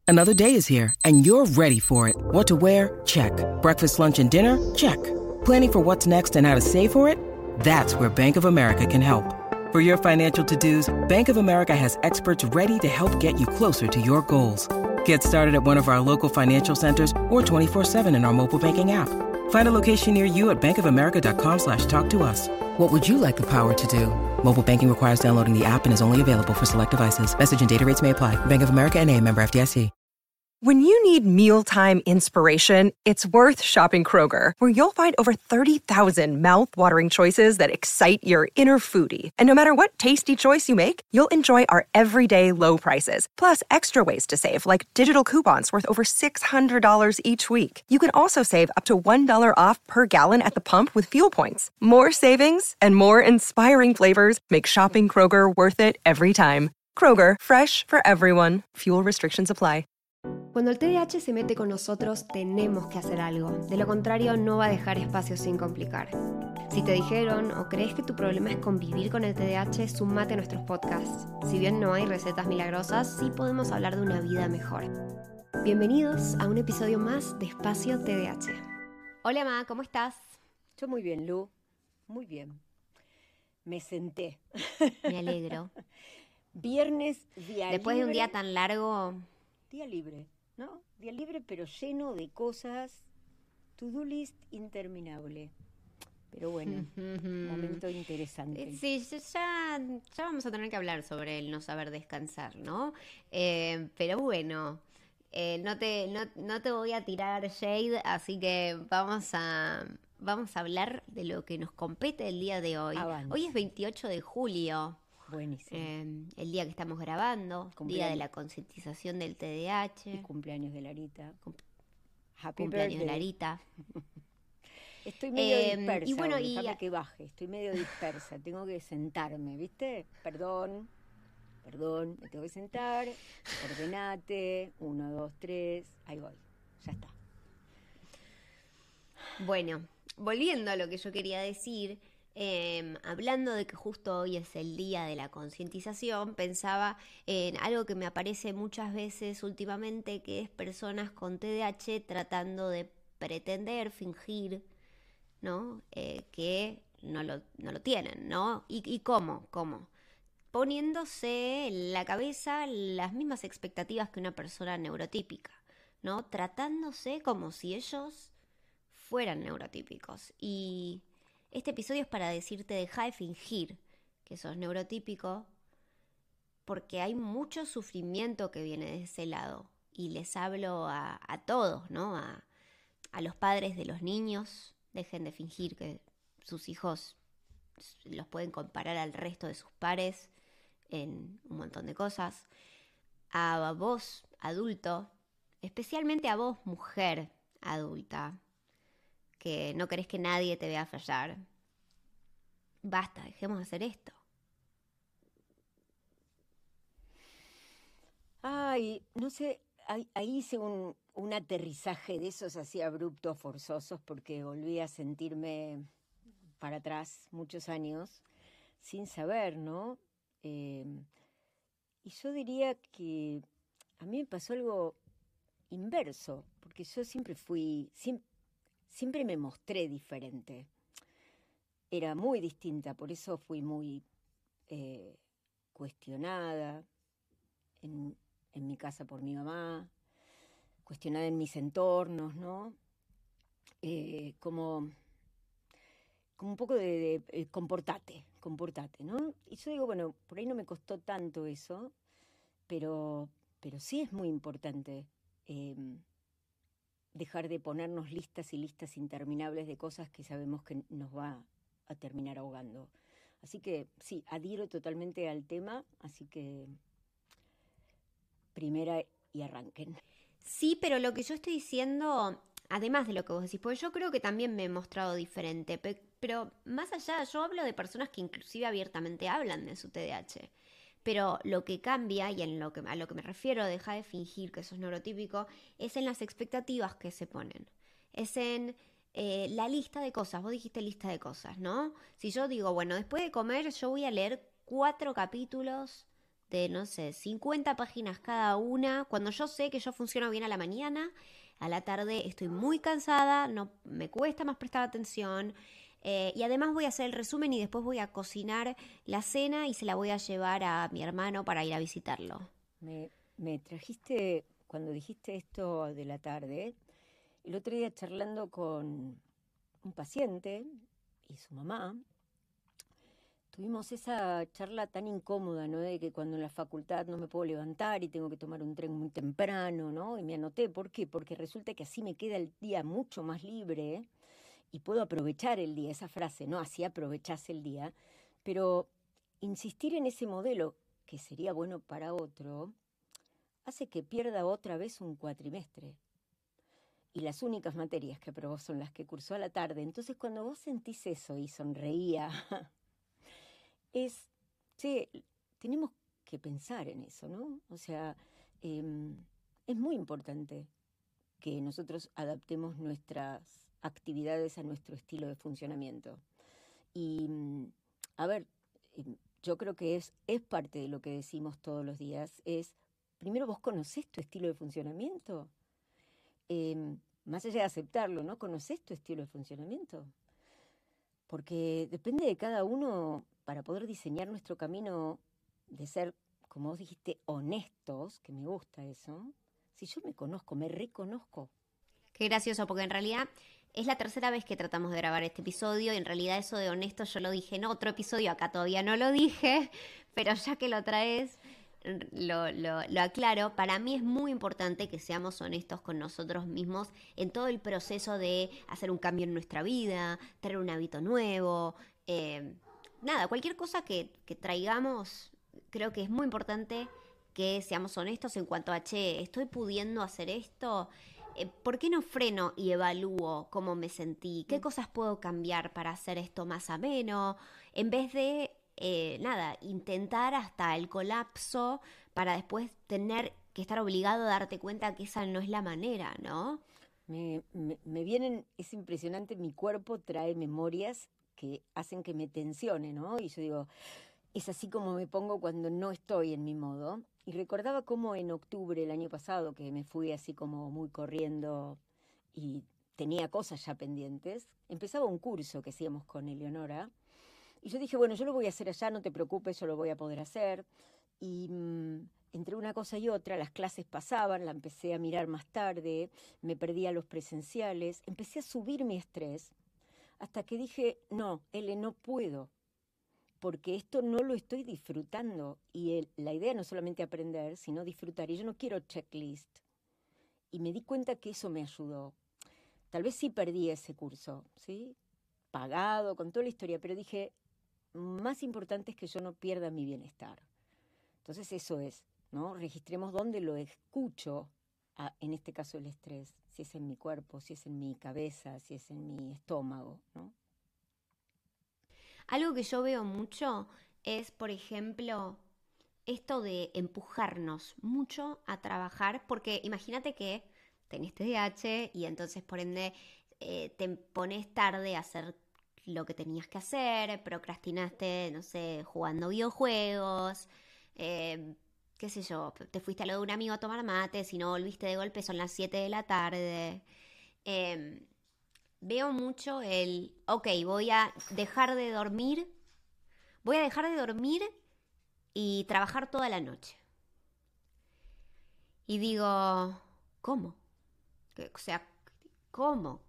Another day is here, and you're ready for it. What to wear? Check. Breakfast, lunch, and dinner? Check. Planning for what's next and how to save for it? That's where Bank of America can help. For your financial to-dos, Bank of America has experts ready to help get you closer to your goals. Get started at one of our local financial centers or 24/7 in our mobile banking app. Find a location near you at bankofamerica.com/talktous. What would you like the power to do? Mobile banking requires downloading the app and is only available for select devices. Message and data rates may apply. Bank of America N.A., member FDIC. When you need mealtime inspiration, it's worth shopping Kroger, where you'll find over 30,000 mouth-watering choices that excite your inner foodie. And no matter what tasty choice you make, you'll enjoy our everyday low prices, plus extra ways to save, like digital coupons worth over $600 each week. You can also save up to $1 off per gallon at the pump with fuel points. More savings and more inspiring flavors make shopping Kroger worth it every time. Kroger, fresh for everyone. Fuel restrictions apply. Cuando el TDAH se mete con nosotros, tenemos que hacer algo. De lo contrario, no va a dejar espacio sin complicar. Si te dijeron o crees que tu problema es convivir con el TDAH, sumate a nuestros podcasts. Si bien no hay recetas milagrosas, sí podemos hablar de una vida mejor. Bienvenidos a un episodio más de Espacio TDAH. Hola, Ma, ¿cómo estás? Yo muy bien, Lu. Muy bien. Me senté. Me alegro. Viernes, día Después libre. de un día tan largo... Día libre, ¿no? Día libre, pero lleno de cosas. To-do list interminable. Pero bueno, momento interesante. Sí, ya vamos a tener que hablar sobre el no saber descansar, ¿no? Pero bueno, no te voy a tirar shade, así que vamos a hablar de lo que nos compete el día de hoy. Avance. Hoy es 28 de julio. Buenísimo. El día que estamos grabando, Día de la concientización del TDAH. Y cumpleaños de Larita. Happy Cumpleaños birthday. de Larita. Estoy medio dispersa. Y bueno, hoy, déjame que baje. Estoy medio dispersa. Tengo que sentarme, ¿viste? Perdón, me tengo que sentar. Ordenate. 1, 2, 3. Ahí voy. Ya está. Bueno, volviendo a lo que yo quería decir, hablando de que justo hoy es el día de la concientización, pensaba en algo que me aparece muchas veces últimamente, que es personas con TDAH tratando de pretender, fingir, ¿no? Que no lo tienen, ¿no? ¿Y cómo? Poniéndose en la cabeza las mismas expectativas que una persona neurotípica, ¿no? Tratándose como si ellos fueran neurotípicos. Y este episodio es para decirte, deja de fingir que sos neurotípico, porque hay mucho sufrimiento que viene de ese lado. Y les hablo a todos, ¿no? A los padres de los niños. Dejen de fingir que sus hijos los pueden comparar al resto de sus pares en un montón de cosas. A vos, adulto, especialmente a vos, mujer adulta, que no querés que nadie te vea fallar. Basta, dejemos de hacer esto. Ay, no sé, ahí hice un aterrizaje de esos así abruptos, forzosos, porque volví a sentirme para atrás muchos años sin saber, ¿no? Y yo diría que a mí me pasó algo inverso, porque yo siempre me mostré diferente. Era muy distinta, por eso fui muy cuestionada en mi casa por mi mamá, cuestionada en mis entornos, ¿no? Como un poco de comportate, ¿no? Y yo digo, bueno, por ahí no me costó tanto eso, pero sí es muy importante dejar de ponernos listas y listas interminables de cosas que sabemos que nos va a terminar ahogando. Así que sí, adhiero totalmente al tema, así que primera y arranquen. Sí, pero lo que yo estoy diciendo, además de lo que vos decís, porque yo creo que también me he mostrado diferente, pero más allá, yo hablo de personas que inclusive abiertamente hablan de su TDAH. Pero lo que cambia, y a lo que me refiero, deja de fingir que sos neurotípico, es en las expectativas que se ponen. Es en la lista de cosas. Vos dijiste lista de cosas, ¿no? Si yo digo, bueno, después de comer yo voy a leer 4 capítulos de, no sé, 50 páginas cada una, cuando yo sé que yo funciono bien a la mañana, a la tarde estoy muy cansada, no me cuesta más prestar atención, y además voy a hacer el resumen y después voy a cocinar la cena y se la voy a llevar a mi hermano para ir a visitarlo. Me trajiste, cuando dijiste esto de la tarde, el otro día charlando con un paciente y su mamá, tuvimos esa charla tan incómoda, ¿no? De que cuando en la facultad no me puedo levantar y tengo que tomar un tren muy temprano, ¿no? Y me anoté, ¿por qué? Porque resulta que así me queda el día mucho más libre y puedo aprovechar el día, esa frase, ¿no? Así aprovechás el día. Pero insistir en ese modelo, que sería bueno para otro, hace que pierda otra vez un cuatrimestre. Y las únicas materias que aprobó son las que cursó a la tarde. Entonces, cuando vos sentís eso y sonreía, che, tenemos que pensar en eso, ¿no? O sea, es muy importante que nosotros adaptemos nuestras actividades a nuestro estilo de funcionamiento. Y, a ver, yo creo que es parte de lo que decimos todos los días, es, primero vos conocés tu estilo de funcionamiento, más allá de aceptarlo, ¿no? ¿Conocés tu estilo de funcionamiento? Porque depende de cada uno para poder diseñar nuestro camino de ser, como vos dijiste, honestos, que me gusta eso. Si yo me conozco, me reconozco. Qué gracioso, porque en realidad es la tercera vez que tratamos de grabar este episodio y en realidad eso de honesto yo lo dije en otro episodio, acá todavía no lo dije, pero ya que lo traes, lo aclaro. Para mí es muy importante que seamos honestos con nosotros mismos en todo el proceso de hacer un cambio en nuestra vida, tener un hábito nuevo, nada, cualquier cosa que traigamos, creo que es muy importante que seamos honestos en cuanto a, che, ¿estoy pudiendo hacer esto? ¿Por qué no freno y evalúo cómo me sentí? ¿Qué cosas puedo cambiar para hacer esto más ameno? En vez de, intentar hasta el colapso para después tener que estar obligado a darte cuenta que esa no es la manera, ¿no? Me vienen, es impresionante, mi cuerpo trae memorias que hacen que me tensione, ¿no? Y yo digo, es así como me pongo cuando no estoy en mi modo. Y recordaba cómo en octubre del año pasado, que me fui así como muy corriendo y tenía cosas ya pendientes, empezaba un curso que hacíamos con Eleonora. Y yo dije, bueno, yo lo voy a hacer allá, no te preocupes, yo lo voy a poder hacer. Y entre una cosa y otra, las clases pasaban, la empecé a mirar más tarde, me perdía los presenciales, empecé a subir mi estrés, hasta que dije, no, Ele, no puedo, porque esto no lo estoy disfrutando. Y la idea no es solamente aprender, sino disfrutar. Y yo no quiero checklist. Y me di cuenta que eso me ayudó. Tal vez sí perdí ese curso, ¿sí? Pagado, con toda la historia, pero dije, más importante es que yo no pierda mi bienestar. Entonces eso es, ¿no? Registremos dónde lo escucho, en este caso el estrés, si es en mi cuerpo, si es en mi cabeza, si es en mi estómago, ¿no? Algo que yo veo mucho es, por ejemplo, esto de empujarnos mucho a trabajar, porque imagínate que tenés TDAH y entonces por ende te pones tarde a hacer lo que tenías que hacer, procrastinaste, no sé, jugando videojuegos, qué sé yo, te fuiste a lo de un amigo a tomar mate, si no volviste de golpe son las 7 de la tarde. Veo mucho voy a dejar de dormir y trabajar toda la noche. Y digo, ¿cómo? O sea, ¿cómo?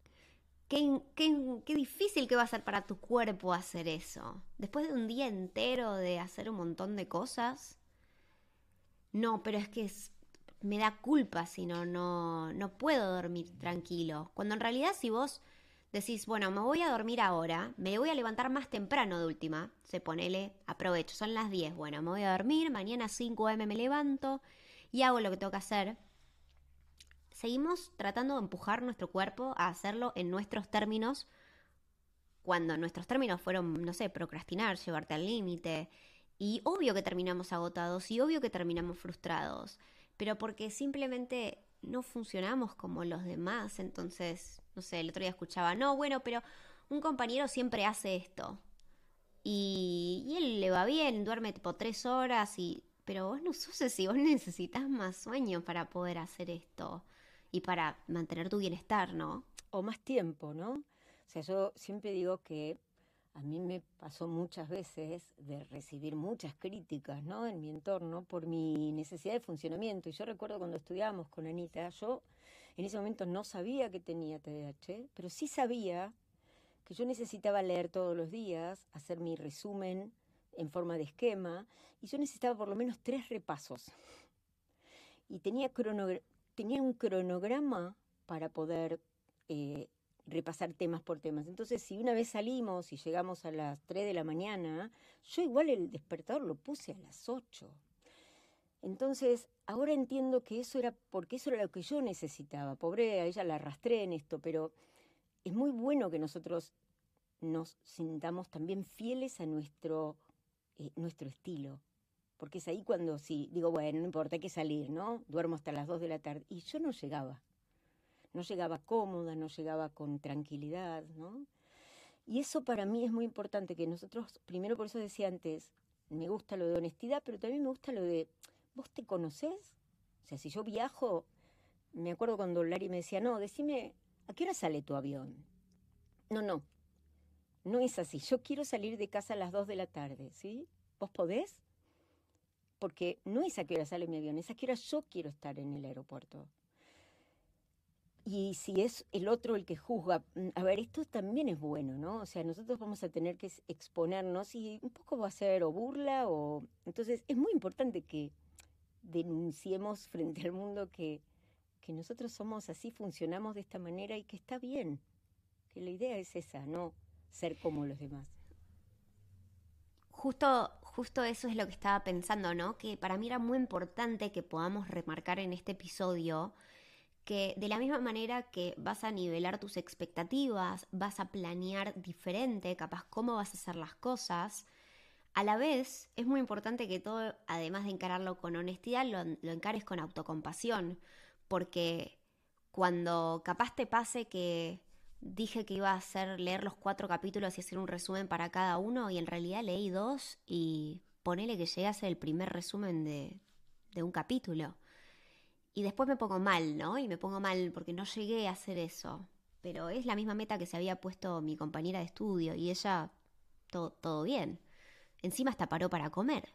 Qué difícil que va a ser para tu cuerpo hacer eso. Después de un día entero de hacer un montón de cosas. No, pero es que me da culpa si no puedo dormir tranquilo. Cuando en realidad si vos decís, bueno, me voy a dormir ahora, me voy a levantar más temprano de última, aprovecho, son las 10, bueno, me voy a dormir, mañana 5 a.m. me levanto y hago lo que tengo que hacer. Seguimos tratando de empujar nuestro cuerpo a hacerlo en nuestros términos, cuando nuestros términos fueron, no sé, procrastinar, llevarte al límite. Y obvio que terminamos agotados y obvio que terminamos frustrados, pero porque simplemente no funcionamos como los demás. Entonces, no sé, el otro día escuchaba, no, bueno, pero un compañero siempre hace esto y él le va bien, duerme tipo 3 horas y pero vos no sos así, vos necesitas más sueño para poder hacer esto y para mantener tu bienestar, ¿no? O más tiempo, ¿no? O sea, yo siempre digo que a mí me pasó muchas veces de recibir muchas críticas, ¿no?, en mi entorno por mi necesidad de funcionamiento. Y yo recuerdo cuando estudiábamos con Anita, yo en ese momento no sabía que tenía TDAH, pero sí sabía que yo necesitaba leer todos los días, hacer mi resumen en forma de esquema, y yo necesitaba por lo menos 3 repasos. Y tenía un cronograma para poder repasar temas por temas. Entonces, si una vez salimos y llegamos a las 3 de la mañana, yo igual el despertador lo puse a las 8. Entonces, ahora entiendo que eso era porque eso era lo que yo necesitaba. Pobre, a ella la arrastré en esto, pero es muy bueno que nosotros nos sintamos también fieles a nuestro estilo. Porque es ahí cuando sí, digo, bueno, no importa, hay que salir, ¿no? Duermo hasta las 2 de la tarde. Y yo no llegaba. No llegaba cómoda, no llegaba con tranquilidad, ¿no? Y eso para mí es muy importante, que nosotros, primero por eso decía antes, me gusta lo de honestidad, pero también me gusta lo de, ¿vos te conocés? O sea, si yo viajo, me acuerdo cuando Lari me decía, no, decime, ¿a qué hora sale tu avión? No es así. Yo quiero salir de casa a las 2 de la tarde, ¿sí? ¿Vos podés? Porque no es a qué hora sale mi avión, es a qué hora yo quiero estar en el aeropuerto. Y si es el otro el que juzga, a ver, esto también es bueno, ¿no? O sea, nosotros vamos a tener que exponernos y un poco va a ser o burla o... Entonces, es muy importante que denunciemos frente al mundo que nosotros somos así, funcionamos de esta manera y que está bien. Que la idea es esa, no ser como los demás. Justo eso es lo que estaba pensando, ¿no? Que para mí era muy importante que podamos remarcar en este episodio que de la misma manera que vas a nivelar tus expectativas, vas a planear diferente, capaz cómo vas a hacer las cosas, a la vez es muy importante que todo, además de encararlo con honestidad, lo encares con autocompasión, porque cuando capaz te pase que dije que iba a leer los 4 capítulos y hacer un resumen para cada uno, y en realidad leí 2 y ponele que llegué a hacer el primer resumen de un capítulo. Y después me pongo mal, ¿no? Y me pongo mal porque no llegué a hacer eso. Pero es la misma meta que se había puesto mi compañera de estudio y ella, todo bien. Encima hasta paró para comer.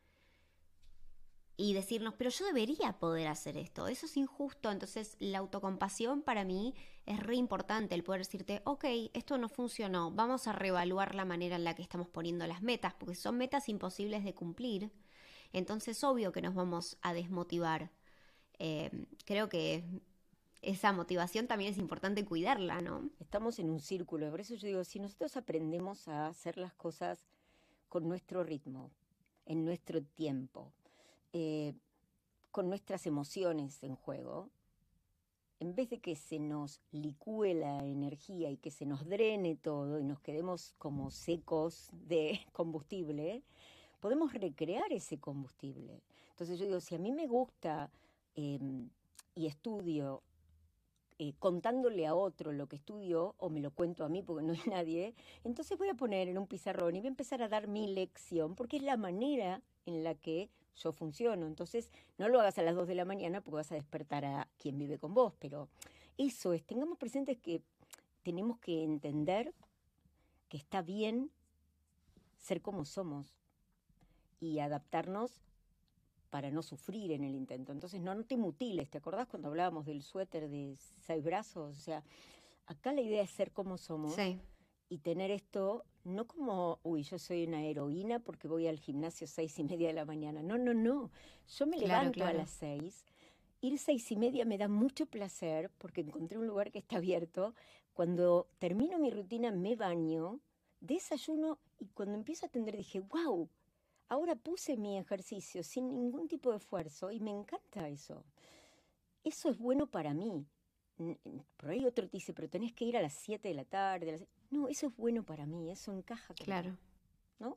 Y decirnos, pero yo debería poder hacer esto, eso es injusto. Entonces la autocompasión para mí es re importante, el poder decirte, ok, esto no funcionó, vamos a reevaluar la manera en la que estamos poniendo las metas, porque son metas imposibles de cumplir. Entonces obvio que nos vamos a desmotivar. Creo que esa motivación también es importante cuidarla, ¿no? Estamos en un círculo, por eso yo digo, si nosotros aprendemos a hacer las cosas con nuestro ritmo, en nuestro tiempo, con nuestras emociones en juego, en vez de que se nos licúe la energía y que se nos drene todo y nos quedemos como secos de combustible, podemos recrear ese combustible. Entonces yo digo, si a mí me gusta y estudio contándole a otro lo que estudio, o me lo cuento a mí porque no hay nadie, entonces voy a poner en un pizarrón y voy a empezar a dar mi lección, porque es la manera en la que yo funciono. Entonces no lo hagas a las 2 de la mañana porque vas a despertar a quien vive con vos, pero eso es, tengamos presentes que tenemos que entender que está bien ser como somos y adaptarnos para no sufrir en el intento. Entonces no te mutiles. ¿Te acordás cuando hablábamos del suéter de 6 brazos? O sea, acá la idea es ser como somos. Sí. Y tener esto, no como, yo soy una heroína porque voy al gimnasio 6:30 de la mañana. No. Yo me levanto a las 6. Ir 6:30 me da mucho placer porque encontré un lugar que está abierto. Cuando termino mi rutina me baño, desayuno y cuando empiezo a atender dije, wow, ahora puse mi ejercicio sin ningún tipo de esfuerzo y me encanta eso. Eso es bueno para mí. Por ahí otro te dice, pero tenés que ir a las 7 de la tarde. No, eso es bueno para mí, eso encaja conmigo. Claro. ¿No?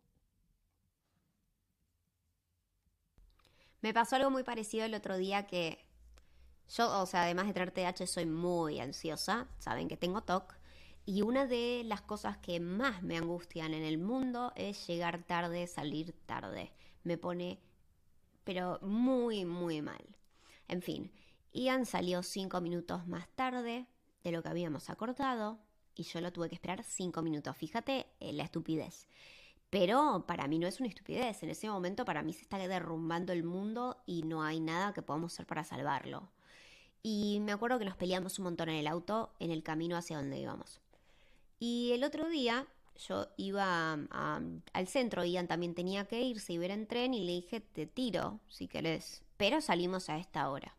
Me pasó algo muy parecido el otro día que yo, o sea, además de tener TDAH, soy muy ansiosa. Saben que tengo TOC. Y una de las cosas que más me angustian en el mundo es llegar tarde, salir tarde. Me pone pero muy, muy mal. En fin, Ian salió 5 minutos más tarde de lo que habíamos acordado y yo lo tuve que esperar 5 minutos. Fíjate la estupidez. Pero para mí no es una estupidez. En ese momento para mí se está derrumbando el mundo y no hay nada que podamos hacer para salvarlo. Y me acuerdo que nos peleamos un montón en el auto en el camino hacia donde íbamos. Y el otro día yo iba al centro, Ian también tenía que irse, iba en tren y le dije, te tiro si querés, pero salimos a esta hora.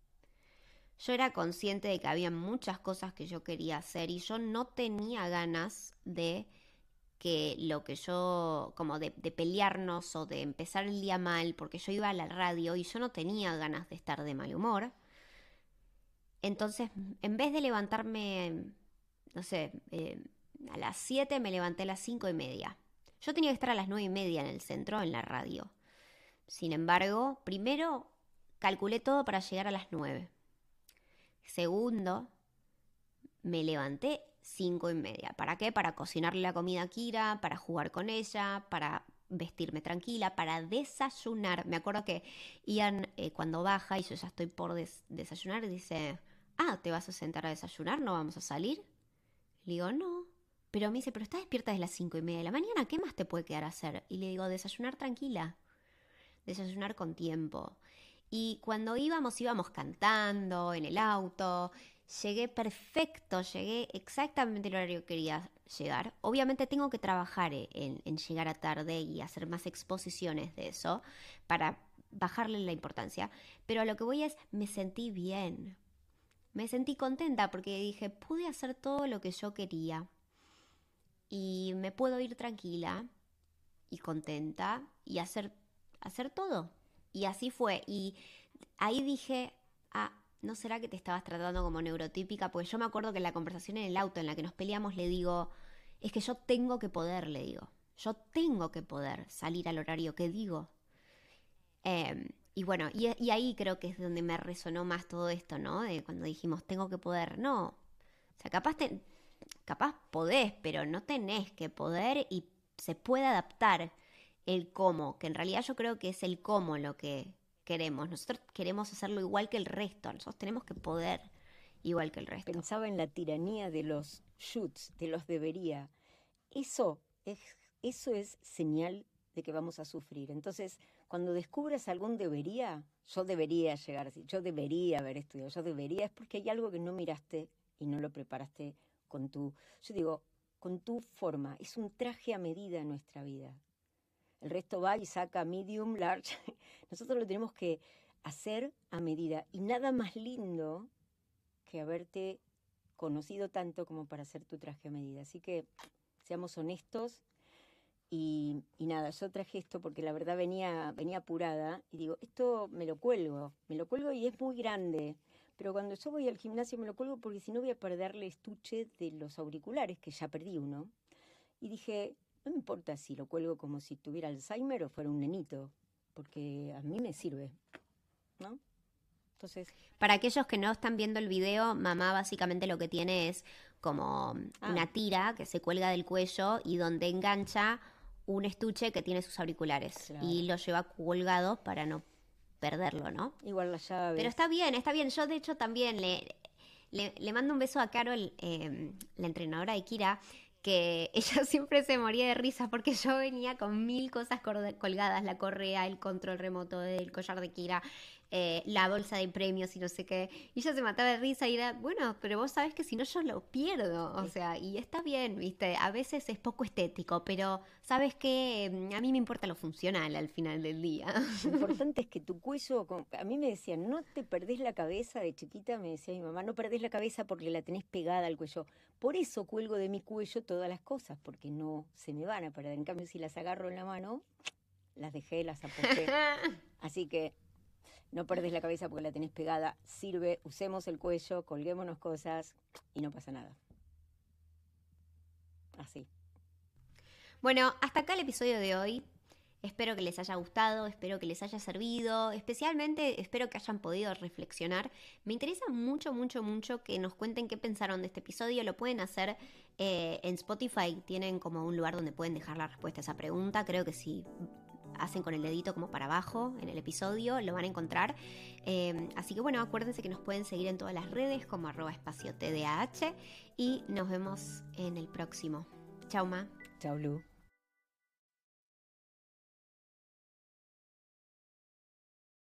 Yo era consciente de que había muchas cosas que yo quería hacer y yo no tenía ganas de que lo que yo, como de pelearnos o de empezar el día mal, porque yo iba a la radio y yo no tenía ganas de estar de mal humor. Entonces, en vez de levantarme, no sé, a las 7 me levanté a las 5:30. Yo tenía que estar a las 9:30 en el centro, en la radio. Sin embargo, primero calculé todo para llegar a las 9. Segundo, me levanté 5:30. ¿Para qué? Para cocinarle la comida a Kira, para jugar con ella, para vestirme tranquila, para desayunar. Me acuerdo que Ian cuando baja y yo ya estoy por desayunar, dice, ¿te vas a sentar a desayunar? ¿No vamos a salir? Le digo, no. Pero me dice, pero estás despierta desde las 5:30 de la mañana, ¿qué más te puede quedar a hacer? Y le digo, desayunar tranquila, desayunar con tiempo. Y cuando íbamos cantando en el auto, llegué perfecto, llegué exactamente el horario que quería llegar. Obviamente tengo que trabajar en llegar a tarde y hacer más exposiciones de eso para bajarle la importancia. Pero a lo que voy es, me sentí bien, me sentí contenta porque dije, pude hacer todo lo que yo quería. Y me puedo ir tranquila y contenta y hacer todo. Y así fue. Y ahí dije, ¿no será que te estabas tratando como neurotípica? Porque yo me acuerdo que en la conversación en el auto en la que nos peleamos le digo, es que yo tengo que poder, le digo. Yo tengo que poder salir al horario que digo. Y bueno, y ahí creo que es donde me resonó más todo esto, ¿no? De cuando dijimos, tengo que poder. No, o sea, capaz podés, pero no tenés que poder y se puede adaptar el cómo, que en realidad yo creo que es el cómo lo que queremos. Nosotros queremos hacerlo igual que el resto, nosotros tenemos que poder igual que el resto. Pensaba en la tiranía de los shoulds, de los debería. Eso es señal de que vamos a sufrir. Entonces, cuando descubras algún debería, yo debería llegar, yo debería haber estudiado, yo debería, es porque hay algo que no miraste y no lo preparaste con tu forma. Es un traje a medida en nuestra vida. El resto va y saca medium, large. Nosotros lo tenemos que hacer a medida. Y nada más lindo que haberte conocido tanto como para hacer tu traje a medida. Así que seamos honestos. Y nada, yo traje esto porque la verdad venía apurada. Y digo, esto me lo cuelgo y es muy grande. Pero cuando yo voy al gimnasio me lo cuelgo porque si no voy a perder el estuche de los auriculares, que ya perdí uno. Y dije, no me importa si lo cuelgo como si tuviera Alzheimer o fuera un nenito, porque a mí me sirve, ¿no? Entonces, para aquellos que no están viendo el video, mamá básicamente lo que tiene es como una tira que se cuelga del cuello y donde engancha un estuche que tiene sus auriculares. Claro. Y lo lleva colgado para no perderlo, ¿no? Igual la llave. Pero está bien. Yo de hecho también le mando un beso a Carol, la entrenadora de Kira, que ella siempre se moría de risa porque yo venía con 1000 cosas colgadas, la correa, el control remoto del collar de Kira, la bolsa de premios y no sé qué, y ella se mataba de risa y era, bueno, pero vos sabés que si no yo lo pierdo, o sea, y está bien, viste, a veces es poco estético, pero sabes que a mí me importa lo funcional al final del día. Lo importante es que tu cuello, a mí me decían, no te perdés la cabeza, de chiquita me decía mi mamá, no perdés la cabeza porque la tenés pegada al cuello, por eso cuelgo de mi cuello todas las cosas, porque no se me van a perder, en cambio si las agarro en la mano, las dejé, las aposté, así que no perdés la cabeza porque la tenés pegada, sirve, usemos el cuello, colguémonos cosas y no pasa nada. Así. Bueno, hasta acá el episodio de hoy. Espero que les haya gustado, espero que les haya servido, especialmente espero que hayan podido reflexionar. Me interesa mucho, mucho, mucho que nos cuenten qué pensaron de este episodio. Lo pueden hacer en Spotify, tienen como un lugar donde pueden dejar la respuesta a esa pregunta. Creo que si hacen con el dedito como para abajo en el episodio, lo van a encontrar. Así que bueno, acuérdense que nos pueden seguir en todas las redes como @espaciotdah y nos vemos en el próximo. Chau, Ma. Chau, Lu.